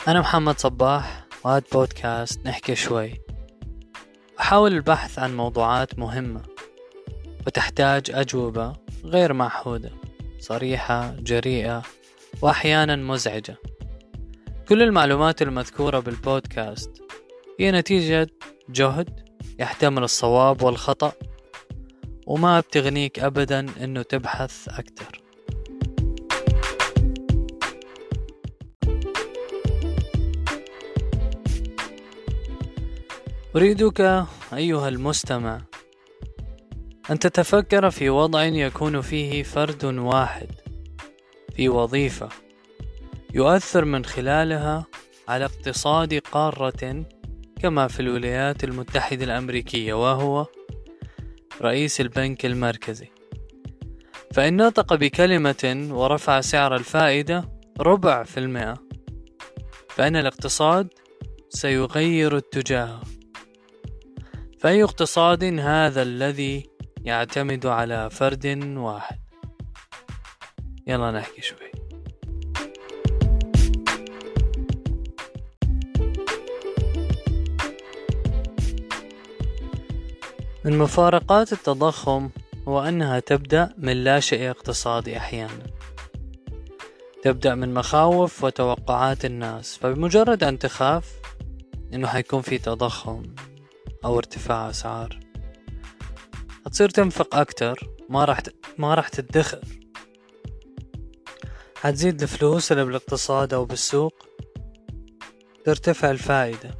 أنا محمد صباح وهذا بودكاست نحكي شوي. أحاول البحث عن موضوعات مهمة وتحتاج أجوبة غير معهودة، صريحة، جريئة، وأحيانا مزعجة. كل المعلومات المذكورة بالبودكاست هي نتيجة جهد يحتمل الصواب والخطأ، وما بتغنيك أبدا أنه تبحث أكتر. أريدك أيها المستمع أن تتفكر في وضع يكون فيه فرد واحد في وظيفة يؤثر من خلالها على اقتصاد قارة كما في الولايات المتحدة الأمريكية، وهو رئيس البنك المركزي. فإن نطق بكلمة ورفع سعر الفائدة 4%، فإن الاقتصاد سيغير اتجاهه. فأي اقتصاد هذا الذي يعتمد على فرد واحد؟ يلا نحكي شوي. من مفارقات التضخم هو أنها تبدأ من لا شيء اقتصادي. أحيانا تبدأ من مخاوف وتوقعات الناس، فبمجرد أن تخاف إنه حيكون في تضخم أو ارتفاع أسعار هتصير تنفق أكتر، ما راح تدخر، هتزيد الفلوس اللي بالاقتصاد أو بالسوق، ترتفع الفائدة.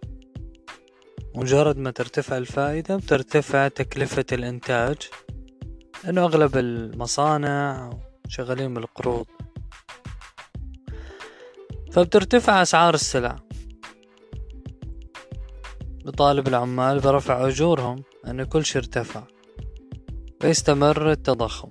مجرد ما ترتفع الفائدة بترتفع تكلفة الإنتاج، لأنه أغلب المصانع شغالين بالقروض، فبترتفع أسعار السلع، بطالب العمال برفع أجورهم أن كل شيء ارتفع، ويستمر التضخم.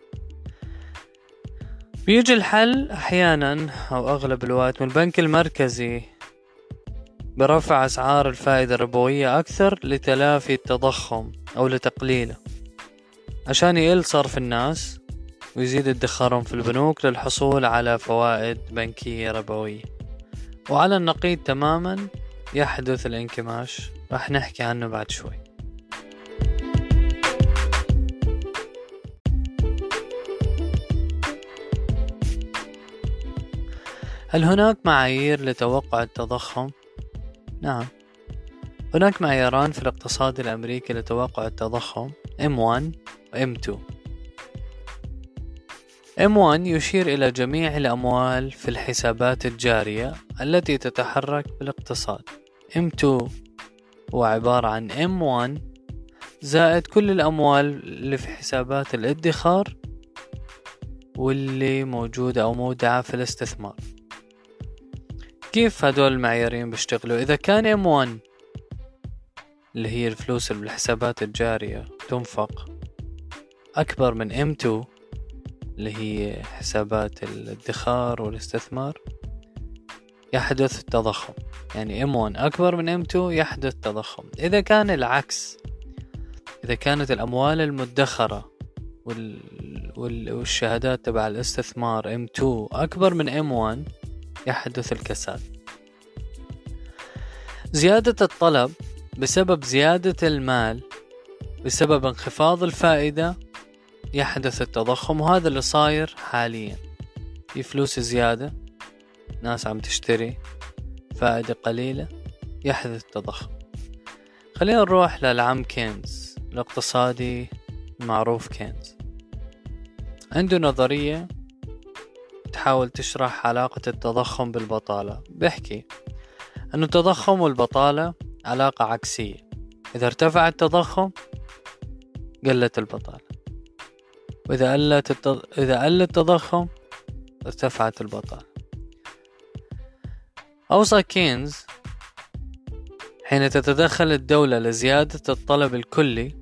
بيجي الحل أحيانا أو أغلب الوقت من البنك المركزي برفع أسعار الفائدة الربوية أكثر لتلافي التضخم أو لتقليله، عشان يقل صرف الناس ويزيد ادخارهم في البنوك للحصول على فوائد بنكية ربوية. وعلى النقيض تماما يحدث الانكماش، راح نحكي عنه بعد شوي. هل هناك معايير لتوقع التضخم؟ نعم، هناك معياران في الاقتصاد الأمريكي لتوقع التضخم، M1 و M2. M1 يشير إلى جميع الأموال في الحسابات الجارية التي تتحرك بالاقتصاد. M2 هو عبارة عن M1 زائد كل الأموال اللي في حسابات الادخار واللي موجودة أو مودعة في الاستثمار. كيف هدول المعيارين بيشتغلوا؟ إذا كان M1 اللي هي الفلوس اللي بالحسابات الجارية تنفق أكبر من M2 اللي هي حسابات الادخار والاستثمار، يحدث التضخم. يعني M1 أكبر من M2 يحدث تضخم. إذا كان العكس، إذا كانت الأموال المدخرة والشهادات تبع الاستثمار M2 أكبر من M1 يحدث الكساد. زيادة الطلب بسبب زيادة المال بسبب انخفاض الفائدة يحدث التضخم، وهذا اللي صاير حاليا. في فلوس زيادة، ناس عم تشتري، فائدة قليلة، يحدث التضخم. خلينا نروح للعم كينز الاقتصادي المعروف. كينز عنده نظرية تحاول تشرح علاقة التضخم بالبطالة. بيحكي أن التضخم والبطالة علاقة عكسية. إذا ارتفع التضخم قلت البطالة، وإذا قل التضخم ارتفعت البطالة. أوصى كينز حين تتدخل الدولة لزيادة الطلب الكلي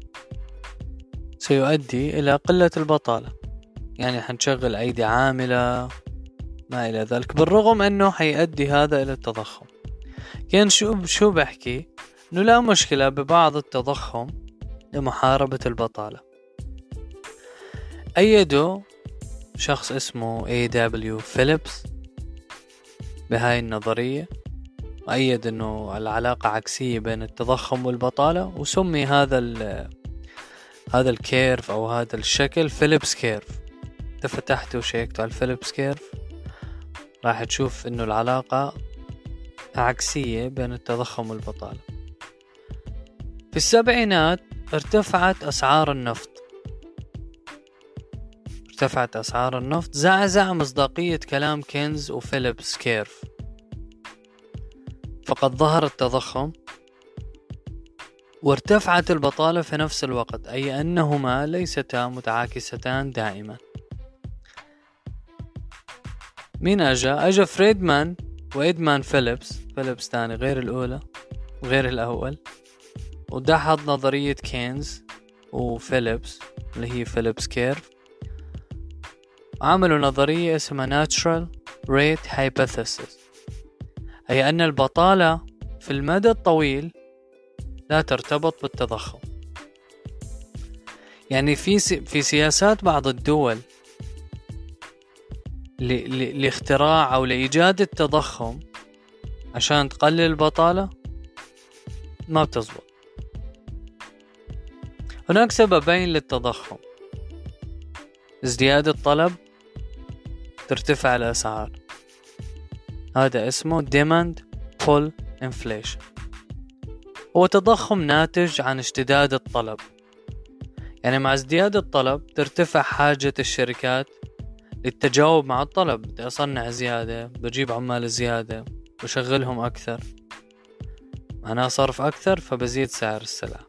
سيؤدي إلى قلة البطالة، يعني حنشغل أيدي عاملة ما إلى ذلك، بالرغم أنه حيؤدي هذا إلى التضخم. كان شو بحكي؟ أنه لا مشكلة ببعض التضخم لمحاربة البطالة. أيده شخص اسمه A.W. فيليبس بهاي النظرية، وأيد أنه العلاقة عكسية بين التضخم والبطالة، وسمي هذا الكيرف أو هذا الشكل فيليبس كيرف. إذا فتحت وشيكت على الفيليبس كيرف راح تشوف أنه العلاقة عكسية بين التضخم والبطالة. في السبعينات ارتفعت أسعار النفط، زعزع مصداقية كلام كينز وفيليبس كيرف، فقد ظهر التضخم وارتفعت البطالة في نفس الوقت، أي أنهما ليستا متعاكستان دائما. مين أجا فريدمان وإدمان فيليبس تاني غير الأولى وغير الأول، ودحض نظرية كينز وفيليبس اللي هي فيليبس كيرف، عملوا نظرية اسمها Natural Rate Hypothesis، أي أن البطالة في المدى الطويل لا ترتبط بالتضخم. يعني في سياسات بعض الدول لاختراع أو لإيجاد التضخم عشان تقلل البطالة ما بتزبط. هناك سببين للتضخم: ازدياد الطلب، ترتفع الأسعار، هذا اسمه Demand Pull Inflation. هو تضخم ناتج عن اشتداد الطلب، يعني مع ازدياد الطلب ترتفع حاجة الشركات للتجاوب مع الطلب. بدي أصنع زيادة، بجيب عمال زيادة، بشغلهم أكثر، معناها صرف أكثر، فبزيد سعر السلعة.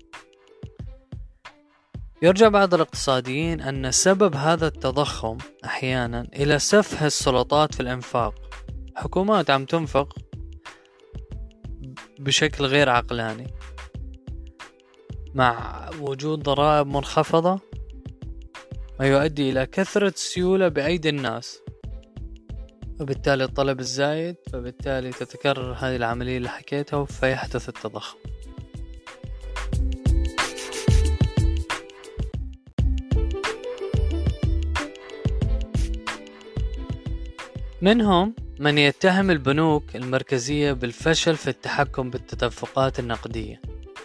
يرجع بعض الاقتصاديين أن سبب هذا التضخم أحيانا إلى سفه السلطات في الإنفاق. حكومات عم تنفق بشكل غير عقلاني مع وجود ضرائب منخفضة، ما يؤدي إلى كثرة سيولة بأيدي الناس، وبالتالي الطلب الزايد، فبالتالي تتكرر هذه العملية اللي حكيتها فيحدث التضخم. منهم من يتهم البنوك المركزية بالفشل في التحكم بالتدفقات النقدية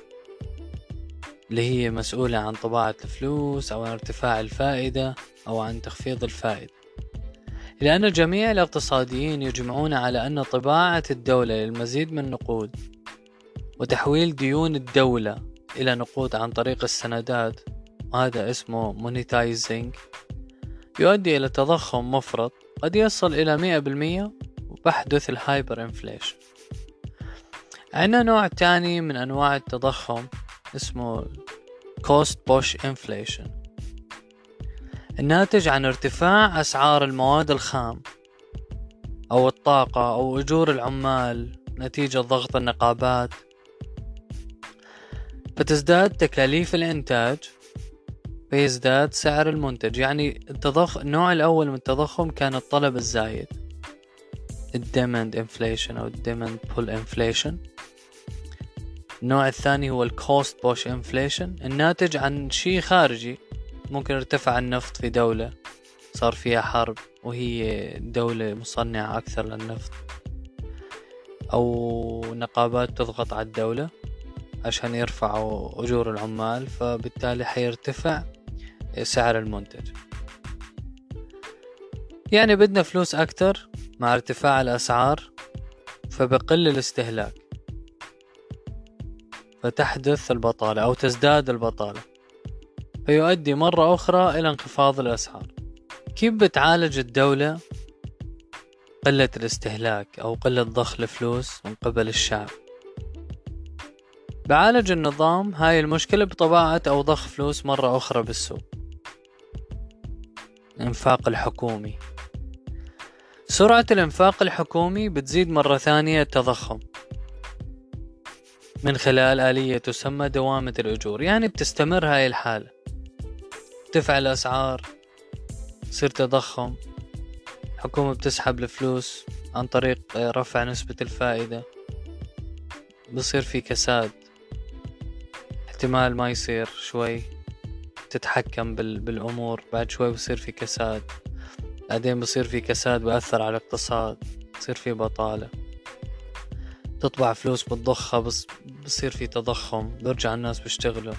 اللي هي مسؤولة عن طباعة الفلوس أو عن ارتفاع الفائدة أو عن تخفيض الفائدة، لأن جميع الاقتصاديين يجمعون على أن طباعة الدولة للمزيد من النقود وتحويل ديون الدولة إلى نقود عن طريق السندات، وهذا اسمه monetizing، يؤدي إلى تضخم مفرط قد يصل إلى 100%، وبحدث الهايبر انفليشن. عندنا نوع تاني من أنواع التضخم اسمه cost push inflation، الناتج عن ارتفاع أسعار المواد الخام أو الطاقة أو أجور العمال نتيجة ضغط النقابات، فتزداد تكاليف الإنتاج فيزداد سعر المنتج. يعني النوع الأول من التضخم كان الطلب الزايد، الديماند انفليشن أو الديماند بول انفليشن. النوع الثاني هو الكوست بوش انفليشن، الناتج عن شيء خارجي، ممكن ارتفع النفط في دولة صار فيها حرب وهي دولة مصنعة أكثر للنفط، أو نقابات تضغط على الدولة عشان يرفعوا أجور العمال، فبالتالي حيرتفع سعر المنتج. يعني بدنا فلوس أكتر مع ارتفاع الأسعار، فبقل الاستهلاك، فتحدث البطالة أو تزداد البطالة، فيؤدي مرة أخرى إلى انخفاض الأسعار. كيف بتعالج الدولة قلة الاستهلاك أو قلة ضخ الفلوس من قبل الشعب؟ بعالج النظام هاي المشكلة بطباعة أو ضخ فلوس مرة أخرى بالسوق. الإنفاق الحكومي، سرعة الإنفاق الحكومي بتزيد مرة ثانية التضخم من خلال آلية تسمى دوامة الأجور. يعني بتستمر هاي الحالة، ترتفع الأسعار، يصير تضخم، الحكومة بتسحب الفلوس عن طريق رفع نسبة الفائدة، بصير في كساد، احتمال ما يصير شوي تتحكم بالأمور، بعد شوي بصير في كساد، بعدين بصير في كساد بأثر على الاقتصاد، يصير في بطالة، تطبع فلوس بتضخها بس بصير في تضخم، بيرجع الناس بيشتغلوا،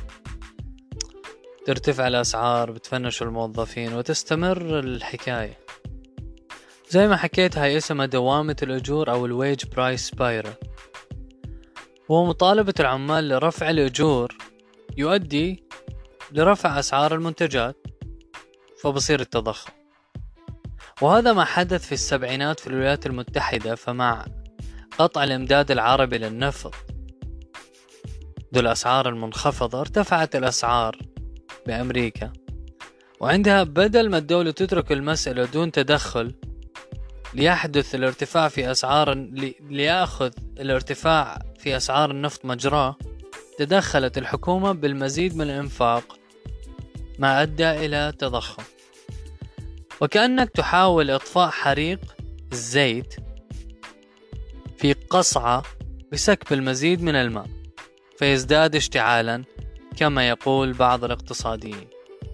ترتفع الأسعار، بتفنشوا الموظفين، وتستمر الحكاية. زي ما حكيت، هاي اسمها دوامة الأجور أو الويج برايس سبايرال. هو مطالبة العمال لرفع الأجور يؤدي لرفع أسعار المنتجات، فبصير التضخم. وهذا ما حدث في السبعينات في الولايات المتحدة، فمع قطع الإمداد العربي للنفط ذو الأسعار المنخفضة ارتفعت الأسعار بأمريكا، وعندها بدل ما الدولة تترك المسألة دون تدخل ليحدث الارتفاع في أسعار ليأخذ الارتفاع في أسعار النفط مجراه، تدخلت الحكومة بالمزيد من الإنفاق ما أدى إلى تضخم. وكأنك تحاول إطفاء حريق الزيت في قصعة بسكب المزيد من الماء فيزداد اشتعالا كما يقول بعض الاقتصاديين.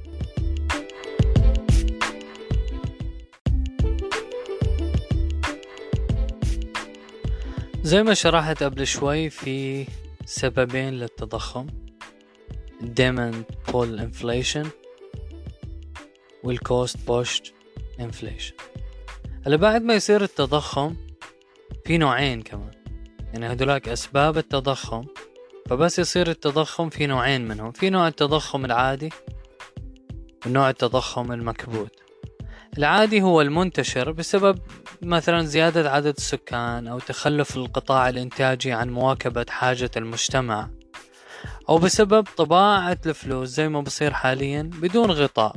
زي ما شرحت قبل شوي، في سببين للتضخم: demand pull inflation والcost push inflation. هلا بعد ما يصير التضخم في نوعين كمان، يعني هدولاك أسباب التضخم، فبس يصير التضخم في نوعين منهم: في نوع التضخم العادي ونوع التضخم المكبوت. العادي هو المنتشر بسبب مثلا زيادة عدد السكان أو تخلف القطاع الإنتاجي عن مواكبة حاجة المجتمع، أو بسبب طباعة الفلوس زي ما بصير حاليا بدون غطاء.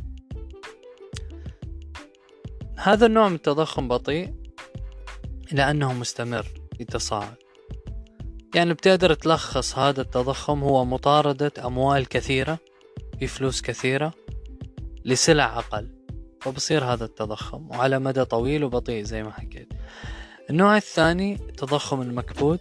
هذا النوع من التضخم بطيء لأنه مستمر يتصاعد. يعني بتقدر تلخص هذا التضخم هو مطاردة أموال كثيرة بفلوس كثيرة لسلع أقل، فبصير هذا التضخم، وعلى مدى طويل وبطيء زي ما حكيت. النوع الثاني التضخم المكبوت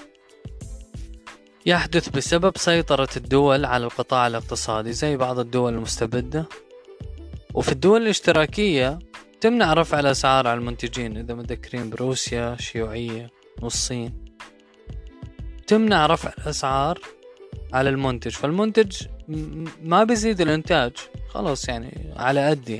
يحدث بسبب سيطرة الدول على القطاع الاقتصادي زي بعض الدول المستبدة، وفي الدول الاشتراكية تمنع رفع الأسعار على المنتجين. إذا مذكرين بروسيا الشيوعية والصين، تمنع رفع الأسعار على المنتج، فالمنتج ما بيزيد الإنتاج، خلاص يعني على قد.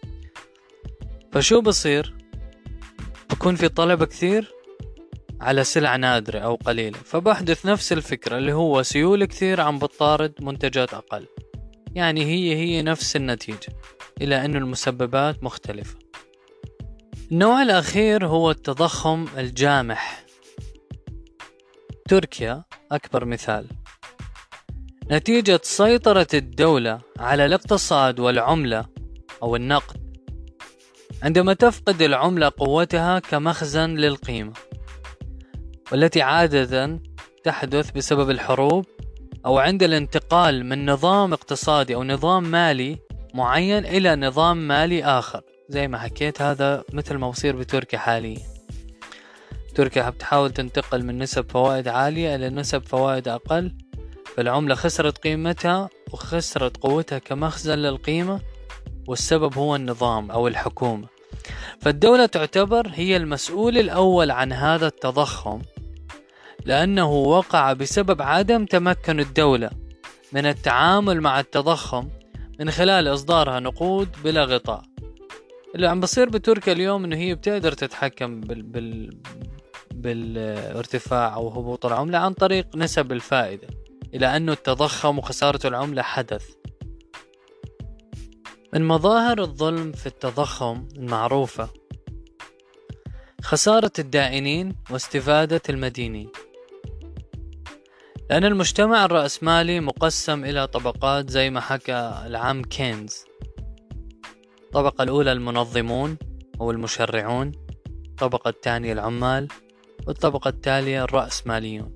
فشو بصير؟ بكون في طلب كثير على سلع نادرة أو قليلة، فبحدث نفس الفكرة اللي هو سيولة كثير عم بتطارد منتجات أقل. يعني هي نفس النتيجة، إلى أن المسببات مختلفة. النوع الأخير هو التضخم الجامح. تركيا أكبر مثال. نتيجة سيطرة الدولة على الاقتصاد والعملة أو النقد، عندما تفقد العملة قوتها كمخزن للقيمة، والتي عادة تحدث بسبب الحروب أو عند الانتقال من نظام اقتصادي أو نظام مالي معين إلى نظام مالي آخر. زي ما حكيت، هذا مثل ما بصير بتركيا حاليا. تركيا بتحاول تنتقل من نسب فوائد عالية إلى نسب فوائد أقل، فالعملة خسرت قيمتها وخسرت قوتها كمخزن للقيمة، والسبب هو النظام أو الحكومة. فالدولة تعتبر هي المسؤول الأول عن هذا التضخم، لأنه وقع بسبب عدم تمكن الدولة من التعامل مع التضخم من خلال إصدارها نقود بلا غطاء. اللي عم بصير بتركيا اليوم إنه هي بتقدر تتحكم بالارتفاع أو هبوط العملة عن طريق نسب الفائدة، إلى أنه التضخم وخسارة العملة حدث. من مظاهر الظلم في التضخم المعروفة خسارة الدائنين واستفادة المدينين، لأن المجتمع الرأسمالي مقسم إلى طبقات زي ما حكى العام كينز. الطبقة الأولى المنظمون أو المشرعون، الطبقة الثانية العمال، والطبقة التالية الرأسماليون.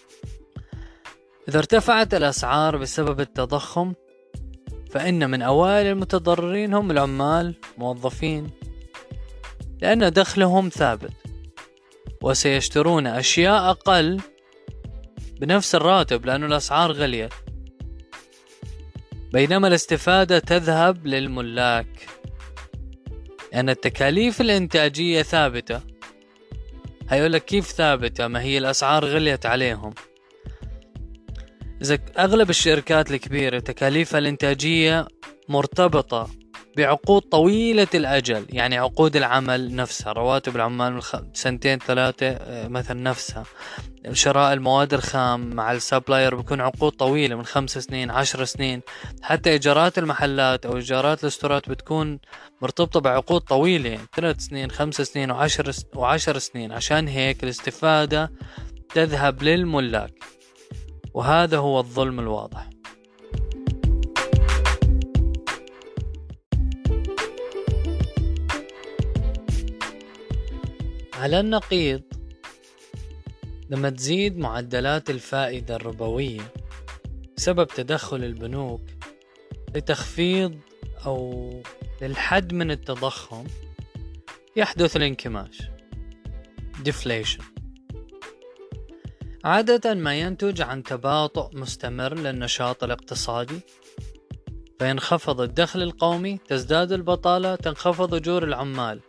إذا ارتفعت الأسعار بسبب التضخم، فإن من أوائل المتضررين هم العمال موظفين، لأن دخلهم ثابت وسيشترون أشياء أقل بنفس الراتب لأن الأسعار غلية، بينما الاستفادة تذهب للملاك، لأن التكاليف الإنتاجية ثابتة هيقولك كيف ثابتة؟ ما هي الأسعار غليت عليهم. إذا أغلب الشركات الكبيرة تكاليفها الإنتاجية مرتبطة بعقود طويلة الأجل، يعني عقود العمل نفسها، رواتب العمال من 2-3 مثلا نفسها، شراء المواد الخام مع السابلاير بيكون عقود طويلة من 5 سنين 10 سنين. حتى إيجارات المحلات أو إيجارات الاستورات بتكون مرتبطة بعقود طويلة، يعني 3 سنين 5 سنين و10 سنين. عشان هيك الاستفادة تذهب للملاك، وهذا هو الظلم الواضح. على النقيض، لما تزيد معدلات الفائدة الربوية بسبب تدخل البنوك لتخفيض أو للحد من التضخم، يحدث الانكماش deflation، عادة ما ينتج عن تباطؤ مستمر للنشاط الاقتصادي، فينخفض الدخل القومي، تزداد البطالة، تنخفض أجور العمال،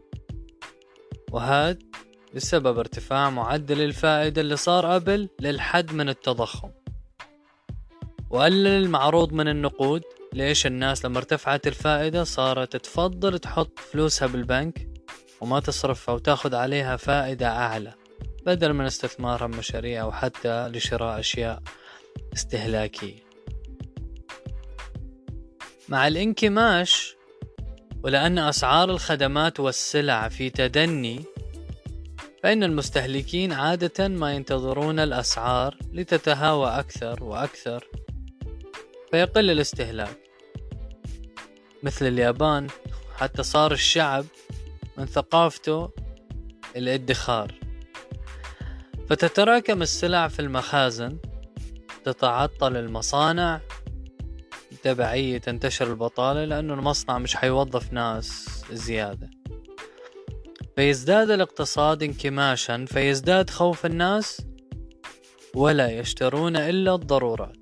وهذا بسبب ارتفاع معدل الفائدة اللي صار قبل للحد من التضخم، وقلل المعروض من النقود. ليش؟ الناس لما ارتفعت الفائدة صارت تفضل تحط فلوسها بالبنك وما تصرفها وتاخد عليها فائدة أعلى، بدل من استثمارها بمشاريع أو حتى لشراء أشياء استهلاكية. مع الانكماش، ولأن أسعار الخدمات والسلع في تدني، فإن المستهلكين عادة ما ينتظرون الأسعار لتتهاوى أكثر وأكثر، فيقل الاستهلاك. مثل اليابان، حتى صار الشعب من ثقافته الادخار، فتتراكم السلع في المخازن، تتعطل المصانع، بالتبعية تنتشر البطالة، لأنه المصنع مش حيوظف ناس زيادة، فيزداد الاقتصاد انكماشا، فيزداد خوف الناس ولا يشترون إلا الضرورات.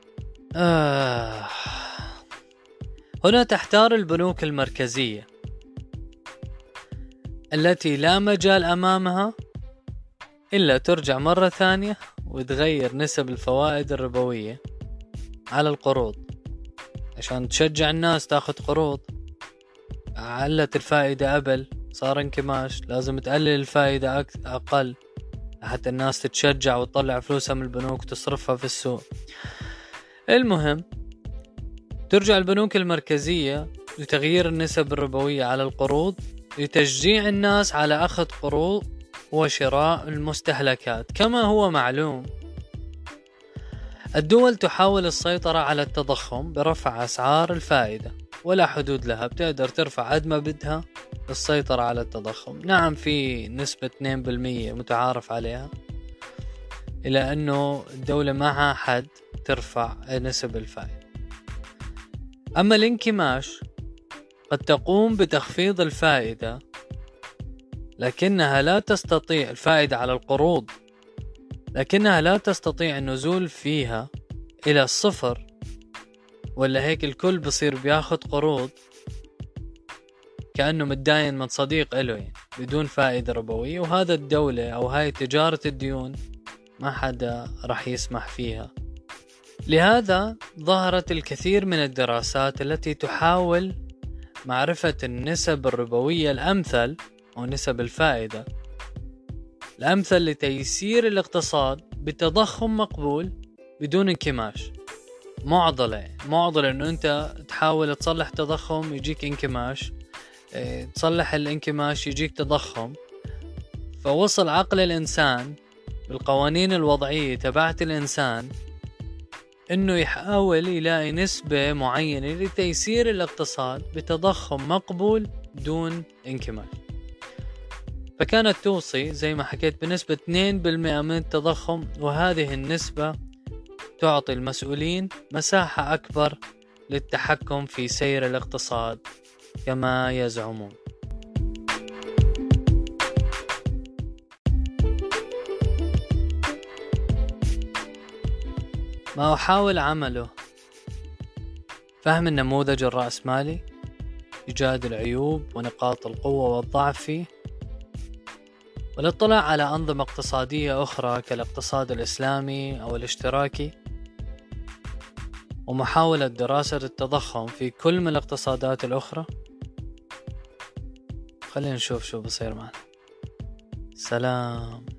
هنا تحتار البنوك المركزية التي لا مجال أمامها إلا ترجع مرة ثانية وتغير نسب الفوائد الربوية على القروض عشان تشجع الناس تاخد قروض. علت الفائدة قبل، صار انكماش، لازم تقلل الفائدة أقل حتى الناس تتشجع وتطلع فلوسها من البنوك وتصرفها في السوق. المهم، ترجع البنوك المركزية لتغيير النسب الربوية على القروض لتشجيع الناس على أخذ قروض وشراء المستهلكات. كما هو معلوم، الدول تحاول السيطرة على التضخم برفع أسعار الفائدة، ولا حدود لها، بتقدر ترفع قد ما بدها للسيطرة على التضخم. نعم، في نسبة 2% متعارف عليها، إلى أنه الدولة معها حد ترفع نسب الفائدة. أما الانكماش قد تقوم بتخفيض الفائدة، لكنها لا تستطيع الفائدة على القروض، لكنها لا تستطيع النزول فيها إلى الصفر، ولا هيك الكل بصير بياخد قروض كأنه متداين من صديق إله، يعني بدون فائدة ربوية. وهذا الدولة أو هاي تجارة الديون ما حدا رح يسمح فيها. لهذا ظهرت الكثير من الدراسات التي تحاول معرفة النسب الربوية الأمثل أو نسب الفائدة الأمثل لتيسير الاقتصاد بتضخم مقبول بدون انكماش. معضلة إنه أنت تحاول تصلح تضخم يجيك انكماش، تصلح الانكماش يجيك تضخم. فوصل عقل الإنسان بالقوانين الوضعية تبعت الإنسان إنه يحاول يلاقي نسبة معينة لتيسير الاقتصاد بتضخم مقبول دون انكماش. فكانت توصي زي ما حكيت بنسبة 2% من التضخم، وهذه النسبة تعطي المسؤولين مساحة أكبر للتحكم في سير الاقتصاد كما يزعمون. ما أحاول عمله فهم النموذج الرأسمالي، إيجاد العيوب ونقاط القوة والضعف فيه، والاطلاع على أنظمة اقتصادية أخرى كالاقتصاد الإسلامي أو الاشتراكي، ومحاولة دراسة التضخم في كل من الاقتصادات الأخرى. خلينا نشوف شو بصير معنا. سلام.